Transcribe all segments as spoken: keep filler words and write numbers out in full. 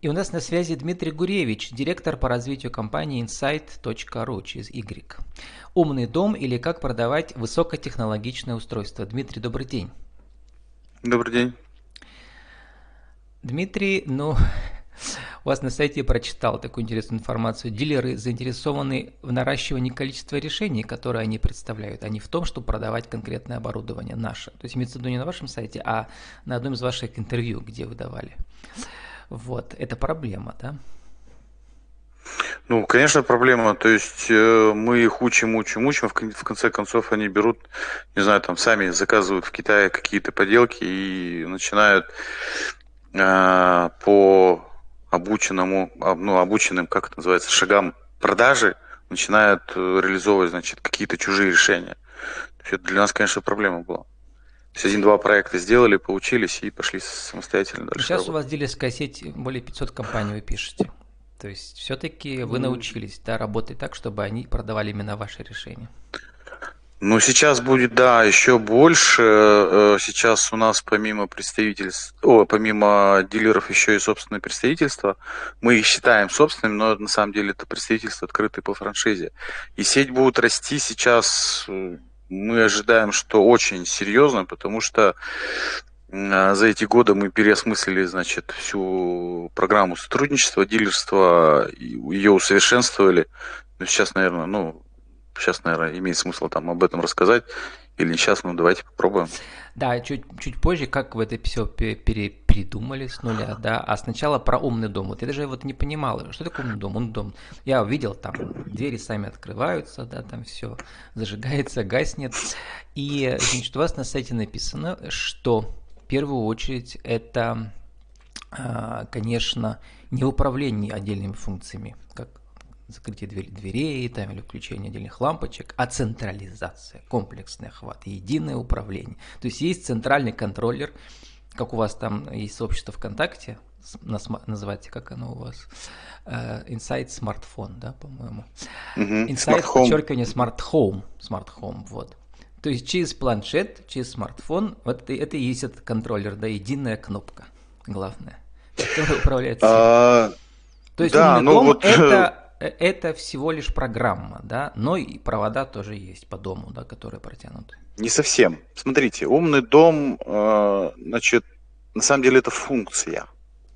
И у нас на связи Дмитрий Гуревич, директор по развитию компании инсайт точка ру через Y. Умный дом или как продавать высокотехнологичное устройство. Дмитрий, добрый день. Добрый день. Дмитрий, ну, у вас на сайте я прочитал такую интересную информацию. Дилеры заинтересованы в наращивании количества решений, которые они представляют, а не в том, чтобы продавать конкретное оборудование наше. То есть имеется в виду не на вашем сайте, а на одном из ваших интервью, где вы давали. Вот, это проблема, да? Ну, конечно, проблема. То есть э, мы их учим, учим, учим, в, кон- в конце концов они берут, не знаю, там сами заказывают в Китае какие-то поделки и начинают э, по обученному, об- ну, обученным, как это называется, шагам продажи, начинают э, реализовывать, значит, какие-то чужие решения. То есть это для нас, конечно, проблема была. То есть один-два проекта сделали, поучились и пошли самостоятельно дальше Сейчас у работать. вас дилерская сеть, более пятьсот компаний вы пишете. То есть все-таки вы научились, да, работать так, чтобы они продавали именно ваши решения. Ну, сейчас будет, да, еще больше. Э, Сейчас у нас помимо представительств, о, помимо дилеров еще и собственное представительство. Мы их считаем собственными, но на самом деле это представительство открытое по франшизе. И сеть будет расти сейчас. э, Мы ожидаем, что очень серьезно, потому что м, за эти годы мы переосмыслили, значит, всю программу сотрудничества, дилерства, и ее усовершенствовали. Ну, сейчас, наверное, ну, сейчас, наверное, имеет смысл там об этом рассказать. Или не сейчас, ну давайте попробуем. Да, чуть, чуть позже, как вы это все перепридумали с нуля, да, а сначала про умный дом. Вот я даже вот не понимал, что такое умный дом, умный дом. Я увидел, там двери сами открываются, да, там все зажигается, гаснет. И, значит, у вас на сайте написано, что в первую очередь это, а, конечно, не управление отдельными функциями, как закрытие дверей там, или включение отдельных лампочек, а централизация, комплексный охват, единое управление. То есть есть центральный контроллер, как у вас там есть сообщество ВКонтакте, называется, как оно у вас, Insight Smartphone, да, по-моему. Угу. Insight, Smart Home. подчеркивание, Smart Home, Smart Home, вот. То есть через планшет, через смартфон, вот это, это и есть этот контроллер, да, единая кнопка, главное, которая управляет всем. А, То есть да, умный ну дом вот это это всего лишь программа, да, но и провода тоже есть по дому, да, которые протянуты. не совсем. Смотрите, умный дом, э, значит, на самом деле это функция.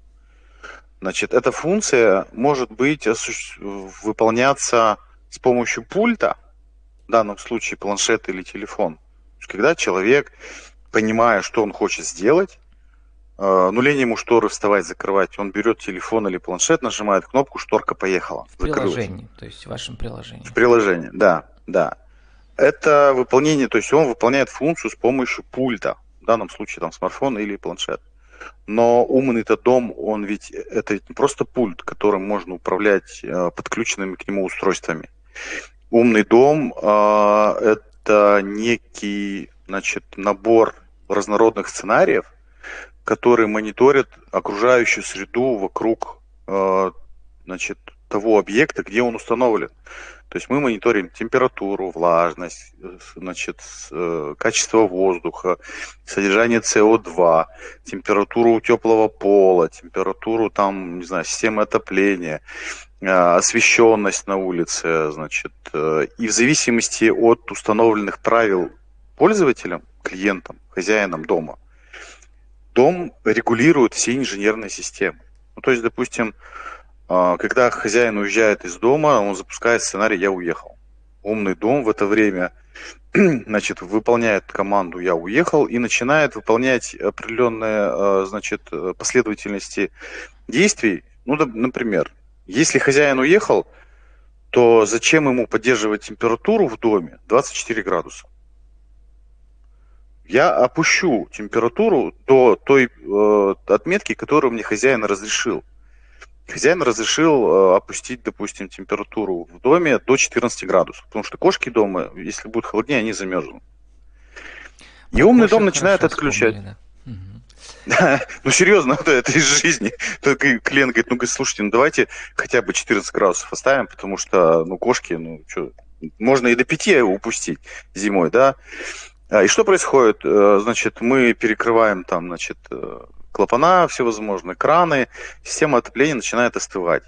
Значит, эта функция может быть осуществ- выполняться с помощью пульта, в данном случае планшет или телефон. То есть, когда человек, понимая, что он хочет сделать, э, ну лень ему шторы вставать, закрывать, он берет телефон или планшет, нажимает кнопку, шторка поехала, В закрылась. приложении, то есть в вашем В приложении. приложении, да, да. Это выполнение, то есть он выполняет функцию с помощью пульта, в данном случае там смартфон или планшет. Но умный-то дом, он ведь, это ведь не просто пульт, которым можно управлять э, подключенными к нему устройствами. Умный дом э, это некий, значит, набор разнородных сценариев, которые мониторят окружающую среду вокруг, э, значит, того объекта, где он установлен. То есть мы мониторим температуру, влажность, значит, э, качество воздуха, содержание си о два, температуру теплого пола, температуру там, не знаю, системы отопления, э, освещенность на улице, значит, э, и в зависимости от установленных правил пользователям, клиентам, хозяинам дома, дом регулирует все инженерные системы. Ну, то есть, допустим, когда хозяин уезжает из дома, он запускает сценарий «Я уехал». Умный дом в это время, значит, выполняет команду «Я уехал» и начинает выполнять определенные, значит, последовательности действий. Ну, например, если хозяин уехал, то зачем ему поддерживать температуру в доме двадцать четыре градуса? Я опущу температуру до той э, отметки, которую мне хозяин разрешил. Хозяин разрешил э, опустить, допустим, температуру в доме до четырнадцати градусов, потому что кошки дома, если будет холоднее, они замерзнут. И Про умный дом кошек начинает хорошо отключать. вспомнили, да. Мгм. Да, ну серьезно, это, это из жизни. Только клиент говорит, ну слушайте, ну давайте хотя бы четырнадцать градусов оставим, потому что, ну, кошки, ну, что, можно и до пяти упустить зимой, да. А, И что происходит? Э, Значит, мы перекрываем там, значит, э, клапана всевозможные, краны, система отопления начинает остывать.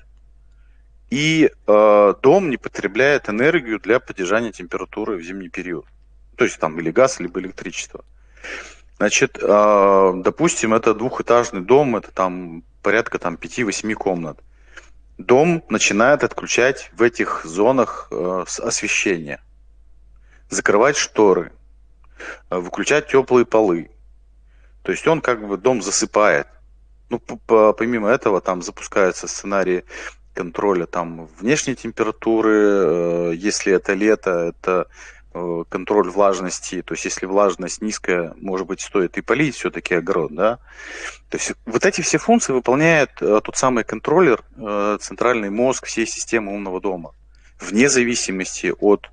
И э, дом не потребляет энергию для поддержания температуры в зимний период. То есть там или газ, либо электричество. Значит, э, допустим, это двухэтажный дом, это там порядка там, пяти-восьми комнат. Дом начинает отключать в этих зонах э, освещение, закрывать шторы, э, выключать теплые полы. То есть он как бы дом засыпает. Ну, помимо этого, там запускаются сценарии контроля там, внешней температуры, э, если это лето, это э, контроль влажности, то есть если влажность низкая, может быть, стоит и полить все-таки огород, да. То есть вот эти все функции выполняет э, тот самый контроллер, э, центральный мозг всей системы умного дома, вне зависимости от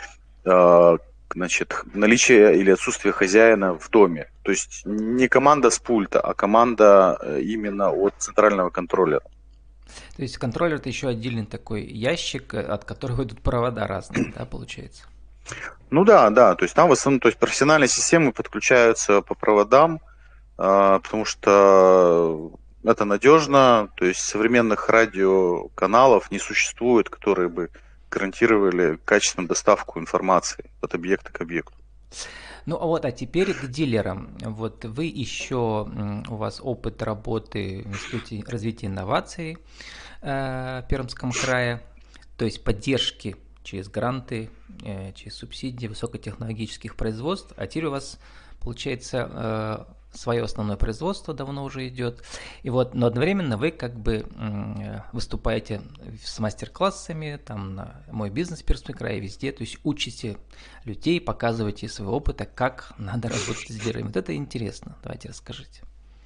э, значит, наличия или отсутствия хозяина в доме. То есть не команда с пульта, а команда именно от центрального контроллера. То есть контроллер – это еще отдельный такой ящик, от которого идут провода разные, да, получается? Ну да, да. То есть там в основном, то есть профессиональные системы подключаются по проводам, потому что это надежно. То есть современных радиоканалов не существует, которые бы гарантировали качественную доставку информации от объекта к объекту. Ну а вот, а теперь к дилерам. Вот вы еще, у вас опыт работы в Институте развития инноваций э, Пермском крае, то есть поддержки через гранты, э, через субсидии высокотехнологических производств, а теперь у вас, получается, э, свое основное производство давно уже идет. И вот, но одновременно вы как бы выступаете с мастер-классами, там на «Мой бизнес» Пермский край, везде, то есть учите людей, показываете свой опыт, как надо работать с дилерами. Вот это интересно. Давайте расскажите.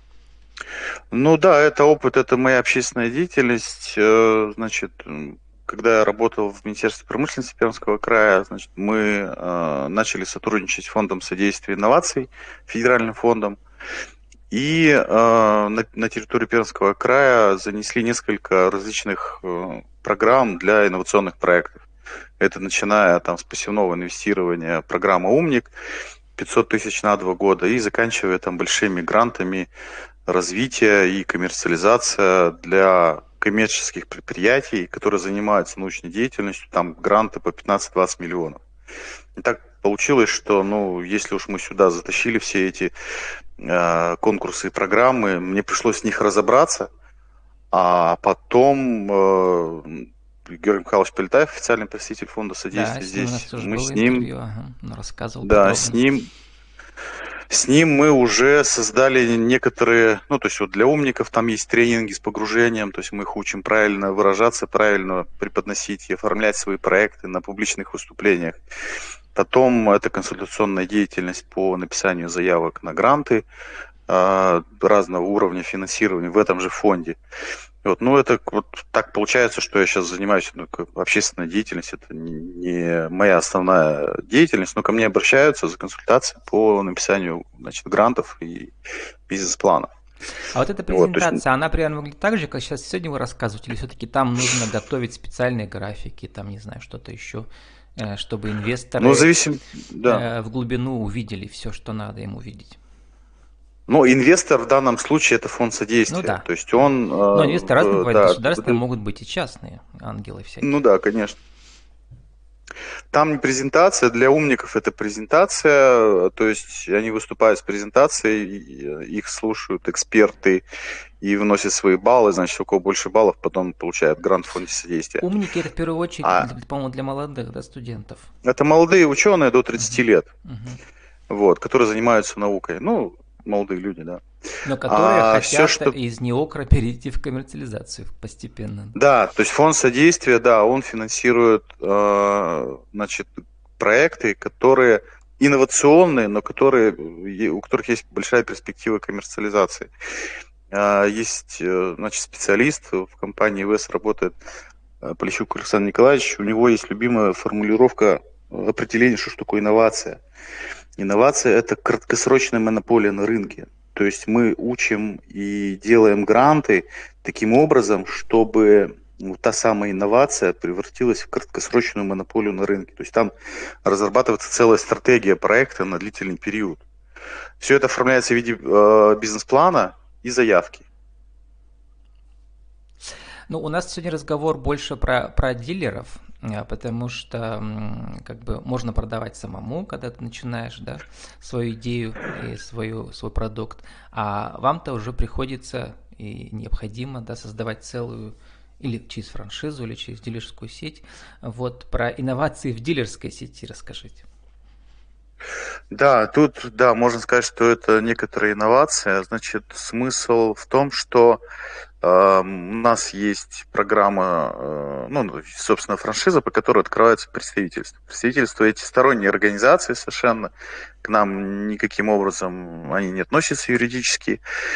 Ну да, это опыт, это моя общественная деятельность. Значит, когда я работал в Министерстве промышленности Пермского края, значит, мы э, начали сотрудничать с Фондом содействия инноваций, федеральным фондом. И э, на, на территории Пермского края занесли несколько различных э, программ для инновационных проектов. Это начиная там, с пассивного инвестирования программа «Умник», пятьсот тысяч на два года, и заканчивая там, большими грантами развития и коммерциализация для коммерческих предприятий, которые занимаются научной деятельностью, там гранты по пятнадцать-двадцать миллионов. И так получилось, что, ну, если уж мы сюда затащили все эти э, конкурсы и программы, мне пришлось с них разобраться, а потом э, Георгий Михайлович Полетаев, официальный представитель фонда содействия, да, здесь, с ним мы с ним, интервью, ага, он рассказывал да, подробно. с ним. С ним мы уже создали некоторые, ну, то есть вот для умников там есть тренинги с погружением, то есть мы их учим правильно выражаться, правильно преподносить и оформлять свои проекты на публичных выступлениях. Потом это консультационная деятельность по написанию заявок на гранты э, разного уровня финансирования в этом же фонде. Вот, ну, это вот так получается, что я сейчас занимаюсь ну, общественной деятельностью, это не моя основная деятельность, но ко мне обращаются за консультацией по написанию, значит, грантов и бизнес-планов. А вот эта презентация, вот, есть... она примерно выглядит так же, как сейчас сегодня вы рассказываете, или все-таки там нужно готовить специальные графики, там, не знаю, что-то еще, чтобы инвесторы ну, зависим... да. в глубину увидели все, что надо им увидеть? Ну, инвестор в данном случае это фонд содействия. Ну, да. То есть он... Но инвесторы разные бывают, да, государственные, могут быть и частные, ангелы всякие. Ну да, конечно. Там не презентация, для умников это презентация, то есть они выступают с презентацией, их слушают эксперты и выносят свои баллы, значит, у кого больше баллов, потом получают грант в фонде содействия. Умники это в первую очередь, а... по-моему, для молодых, да, студентов. Это молодые ученые до тридцати uh-huh. лет, uh-huh. вот, которые занимаются наукой. Ну, молодые люди, да. Но которые а, хотят все, что... из неокра перейти в коммерциализацию постепенно. Да, то есть фонд содействия, да, он финансирует, э, значит, проекты, которые инновационные, но которые, у которых есть большая перспектива коммерциализации. Э, есть, значит, специалист в компании ВЭС работает, Полищук Александр Николаевич, у него есть любимая формулировка определения, что такое инновация. Инновация – это краткосрочная монополия на рынке. То есть мы учим и делаем гранты таким образом, чтобы ну, та самая инновация превратилась в краткосрочную монополию на рынке. То есть там разрабатывается целая стратегия проекта на длительный период. Все это оформляется в виде э, бизнес-плана, и заявки. Ну, у нас сегодня разговор больше про, про дилеров, а, потому что м, как бы можно продавать самому, когда ты начинаешь, да, свою идею и свою, свой продукт, а вам-то уже приходится и необходимо, да, создавать целую или через франшизу, или через дилерскую сеть. Вот про инновации в дилерской сети расскажите. Да, тут, да, можно сказать, что это некоторая инновация. Значит, смысл в том, что э, у нас есть программа, э, ну, собственно, франшиза, по которой открывается представительство. Представительство эти сторонние организации совершенно, к нам никаким образом они не относятся юридически,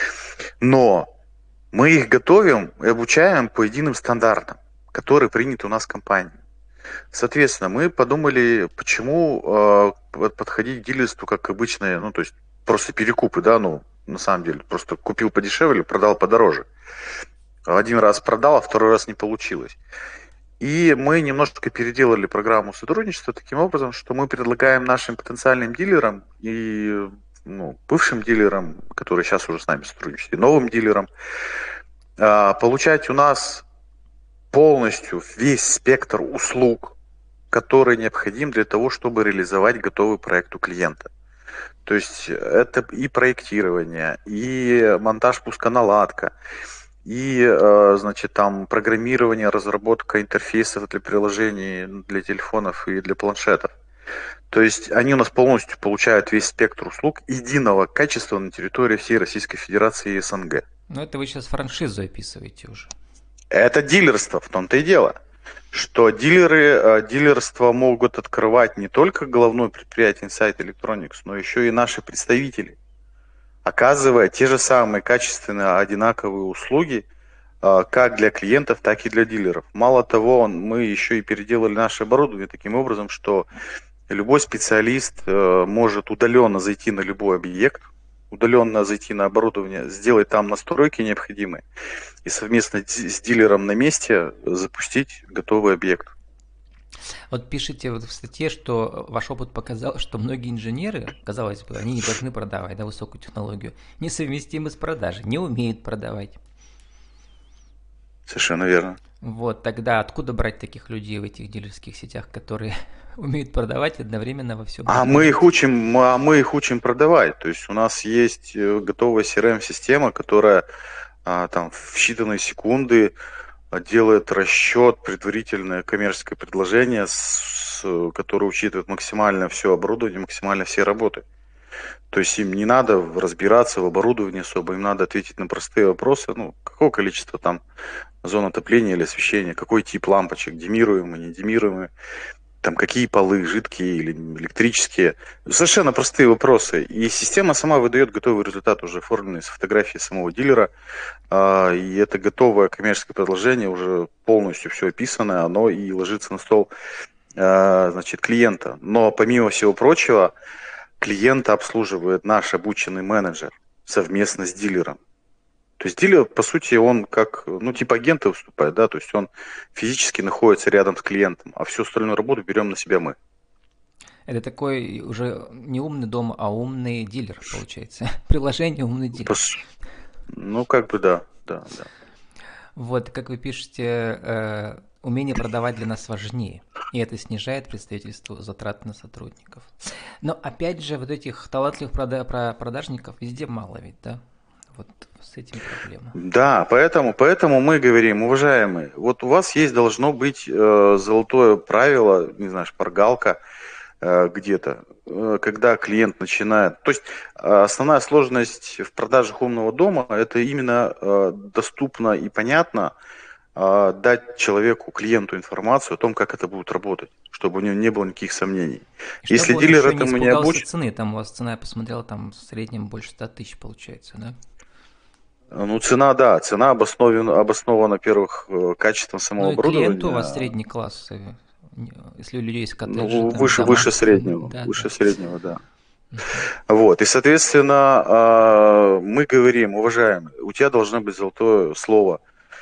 но мы их готовим и обучаем по единым стандартам, которые приняты у нас в компании. Соответственно, мы подумали, почему э, подходить к дилерству как обычные, ну, то есть просто перекупы, да, ну, на самом деле, просто купил подешевле, продал подороже. Один раз продал, а второй раз не получилось. И мы немножко переделали программу сотрудничества таким образом, что мы предлагаем нашим потенциальным дилерам и ну, бывшим дилерам, которые сейчас уже с нами сотрудничают, и новым дилерам, э, получать у нас полностью весь спектр услуг, который необходим для того, чтобы реализовать готовый проект у клиента. То есть это и проектирование, и монтаж пусконаладка, и, значит, там программирование, разработка интерфейсов для приложений для телефонов и для планшетов. То есть они у нас полностью получают весь спектр услуг единого качества на территории всей Российской Федерации и СНГ. Ну, это вы сейчас франшизу описываете уже. Это дилерство, в том-то и дело, что дилеры, дилерство могут открывать не только головное предприятие Insight Electronics, но еще и наши представители, оказывая те же самые качественные, одинаковые услуги, как для клиентов, так и для дилеров. Мало того, мы еще и переделали наше оборудование таким образом, что любой специалист может удаленно зайти на любой объект, удаленно зайти на оборудование, сделать там настройки необходимые и совместно с дилером на месте запустить готовый объект. Вот пишите вот в статье, что ваш опыт показал, что многие инженеры, казалось бы, они не должны продавать, да, высокую технологию, несовместимы с продажей, не умеют продавать. Совершенно верно. Вот, тогда откуда брать таких людей в этих дилерских сетях, которые умеют продавать одновременно во всем? А мы их учим, а мы их учим продавать. То есть у нас есть готовая си эр эм-система, которая а, там в считанные секунды делает расчет, предварительное коммерческое предложение, с, которое учитывает максимально все оборудование, максимально все работы. То есть им не надо разбираться в оборудовании особо, им надо ответить на простые вопросы, ну, какое количество там зон отопления или освещения, какой тип лампочек, демируемые, не демируемые, там какие полы, жидкие или электрические. Совершенно простые вопросы. И система сама выдает готовый результат, уже оформленный с фотографией самого дилера. И это готовое коммерческое предложение, уже полностью все описано, оно и ложится на стол, значит, клиента. Но помимо всего прочего, клиента обслуживает наш обученный менеджер совместно с дилером. То есть дилер, по сути, он как, ну, типа агента выступает, да, то есть он физически находится рядом с клиентом, а всю остальную работу берем на себя мы. Это такой уже не умный дом, а умный дилер, получается. Приложение умный дилер. Пос... Ну, как бы да, да, да. Вот, как вы пишете, э, умение продавать для нас важнее, и это снижает представительство затрат на сотрудников. Но опять же, вот этих талантливых прода- продажников везде мало ведь, да? Вот с этим проблема. Да, поэтому, поэтому мы говорим, уважаемые, вот у вас есть, должно быть э, золотое правило, не знаю, шпаргалка э, где-то, э, когда клиент начинает. То есть э, основная сложность в продажах умного дома – это именно э, доступно и понятно э, дать человеку, клиенту информацию о том, как это будет работать, чтобы у него не было никаких сомнений. И Если чтобы он дилер еще не этому не испугался обучен... цены, там у вас цена, я посмотрел, там в среднем больше ста тысяч получается, да? Ну, цена, да, цена обоснована, обоснована, во-первых, качеством самого Ну и оборудования. клиент у вас средний класс, если у людей есть коттеджи, Ну, там, выше, дома. выше среднего, да, выше да. среднего, да. Uh-huh. Вот, и, соответственно, мы говорим, уважаемый, у тебя должно быть золотое слово.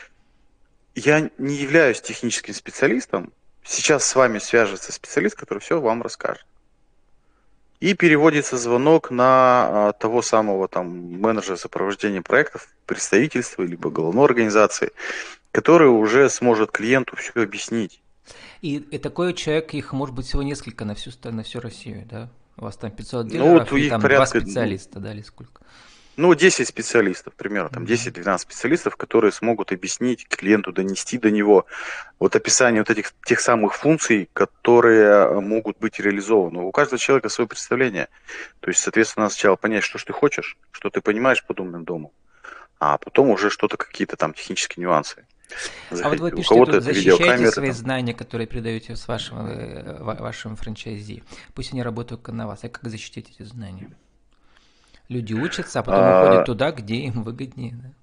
Я не являюсь техническим специалистом, сейчас с вами свяжется специалист, который все вам расскажет. и переводится звонок на а, того самого там менеджера сопровождения проектов, представительства, либо головной организации, который уже сможет клиенту все объяснить. И, и такой человек, их может быть всего несколько на всю, ста- на всю Россию, да? У вас там пятьсот Ну, вот дилеров у и них там два порядка, ну, специалиста, да, или сколько? ну, десять специалистов, примерно, там Мгм. десять-двенадцать специалистов, которые смогут объяснить клиенту, донести до него вот описание вот этих тех самых функций, которые могут быть реализованы. У каждого человека свое представление. То есть, соответственно, надо сначала понять, что ж ты хочешь, что ты понимаешь под умным домом, а потом уже что-то, какие-то там технические нюансы. А вот вы У пишете кого-то тут, это защищаете видеокамеры свои там. знания, которые передаете с вашим, э, ва- вашим франчайзи. Пусть они работают только на вас. А как защитить эти знания? Люди учатся, а потом уходят А, туда, где им выгоднее. Да?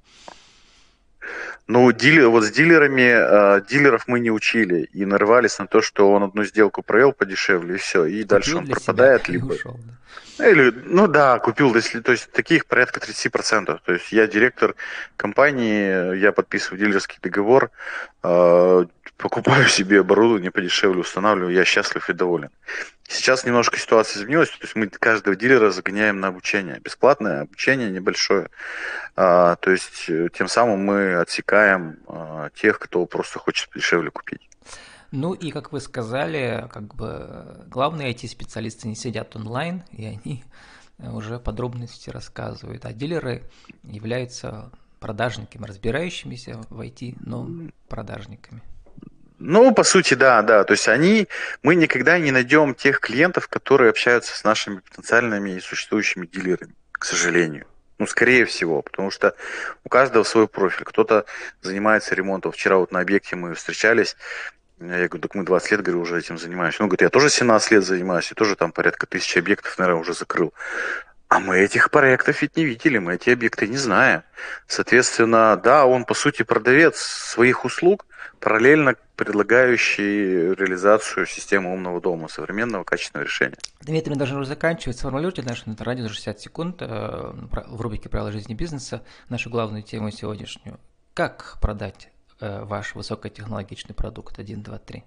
Ну, дилер, вот с дилерами, э, дилеров мы не учили и нарвались на то, что он одну сделку провел подешевле, и все, и дальше Купил он для себя пропадает, и либо... ушел. Да? Или, ну да, купил, если, то есть таких порядка тридцать процентов. То есть я директор компании, я подписываю дилерский договор, э, покупаю себе оборудование подешевле, устанавливаю, я счастлив и доволен. Сейчас немножко ситуация изменилась, то есть мы каждого дилера загоняем на обучение. Бесплатное обучение небольшое. А, то есть э, тем самым мы отсекаем а, тех, кто просто хочет дешевле купить. Ну и, как вы сказали, как бы главные ай ти-специалисты не сидят онлайн, и они уже подробности рассказывают. А дилеры являются продажниками, разбирающимися в ай ти, но продажниками. Ну, по сути, да, да. То есть они, мы никогда не найдем тех клиентов, которые общаются с нашими потенциальными и существующими дилерами, к сожалению. Ну, скорее всего, потому что у каждого свой профиль. Кто-то занимается ремонтом. Вчера вот на объекте мы встречались. Я говорю, так мы двадцать лет, говорю, уже этим занимаемся. Он говорит, я тоже семнадцать лет занимаюсь, и тоже там порядка тысячи объектов, наверное, уже закрыл. А мы этих проектов ведь не видели, мы эти объекты не знаем. Соответственно, да, он по сути продавец своих услуг, параллельно предлагающий реализацию системы умного дома, современного качественного решения. Дмитрий, мы должны уже заканчивать. Сформулируйте наше на радио за шестьдесят секунд э, в рубрике «Правила жизни бизнеса» нашу главную тему сегодняшнюю. Как продать э, ваш высокотехнологичный продукт? Один, два, три.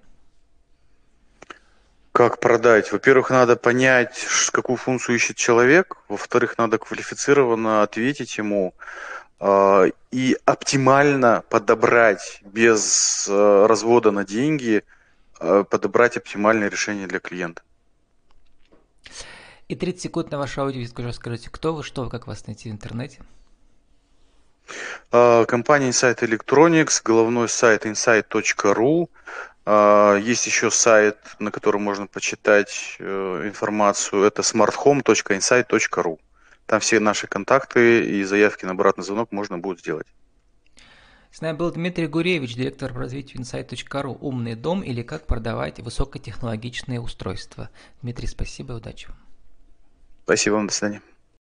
Как продать? Во-первых, надо понять, ш- какую функцию ищет человек. Во-вторых, надо квалифицированно ответить ему э, и оптимально подобрать без э, развода на деньги, э, подобрать оптимальное решение для клиента. И тридцать секунд на вашу аудиовизитку. Расскажите, кто вы, что вы, как вас найти в интернете. Э, Компания Insight Electronics, головной сайт инсайт точка ру. Э, Есть еще сайт, на котором можно почитать э, информацию. Это смарт-хоум точка инсайт точка ру. Там все наши контакты и заявки на обратный звонок можно будет сделать. С нами был Дмитрий Гуревич, директор по развитию инсайт точка ру. Умный дом или как продавать высокотехнологичные устройства. Дмитрий, спасибо и удачи вам. Спасибо вам, до свидания.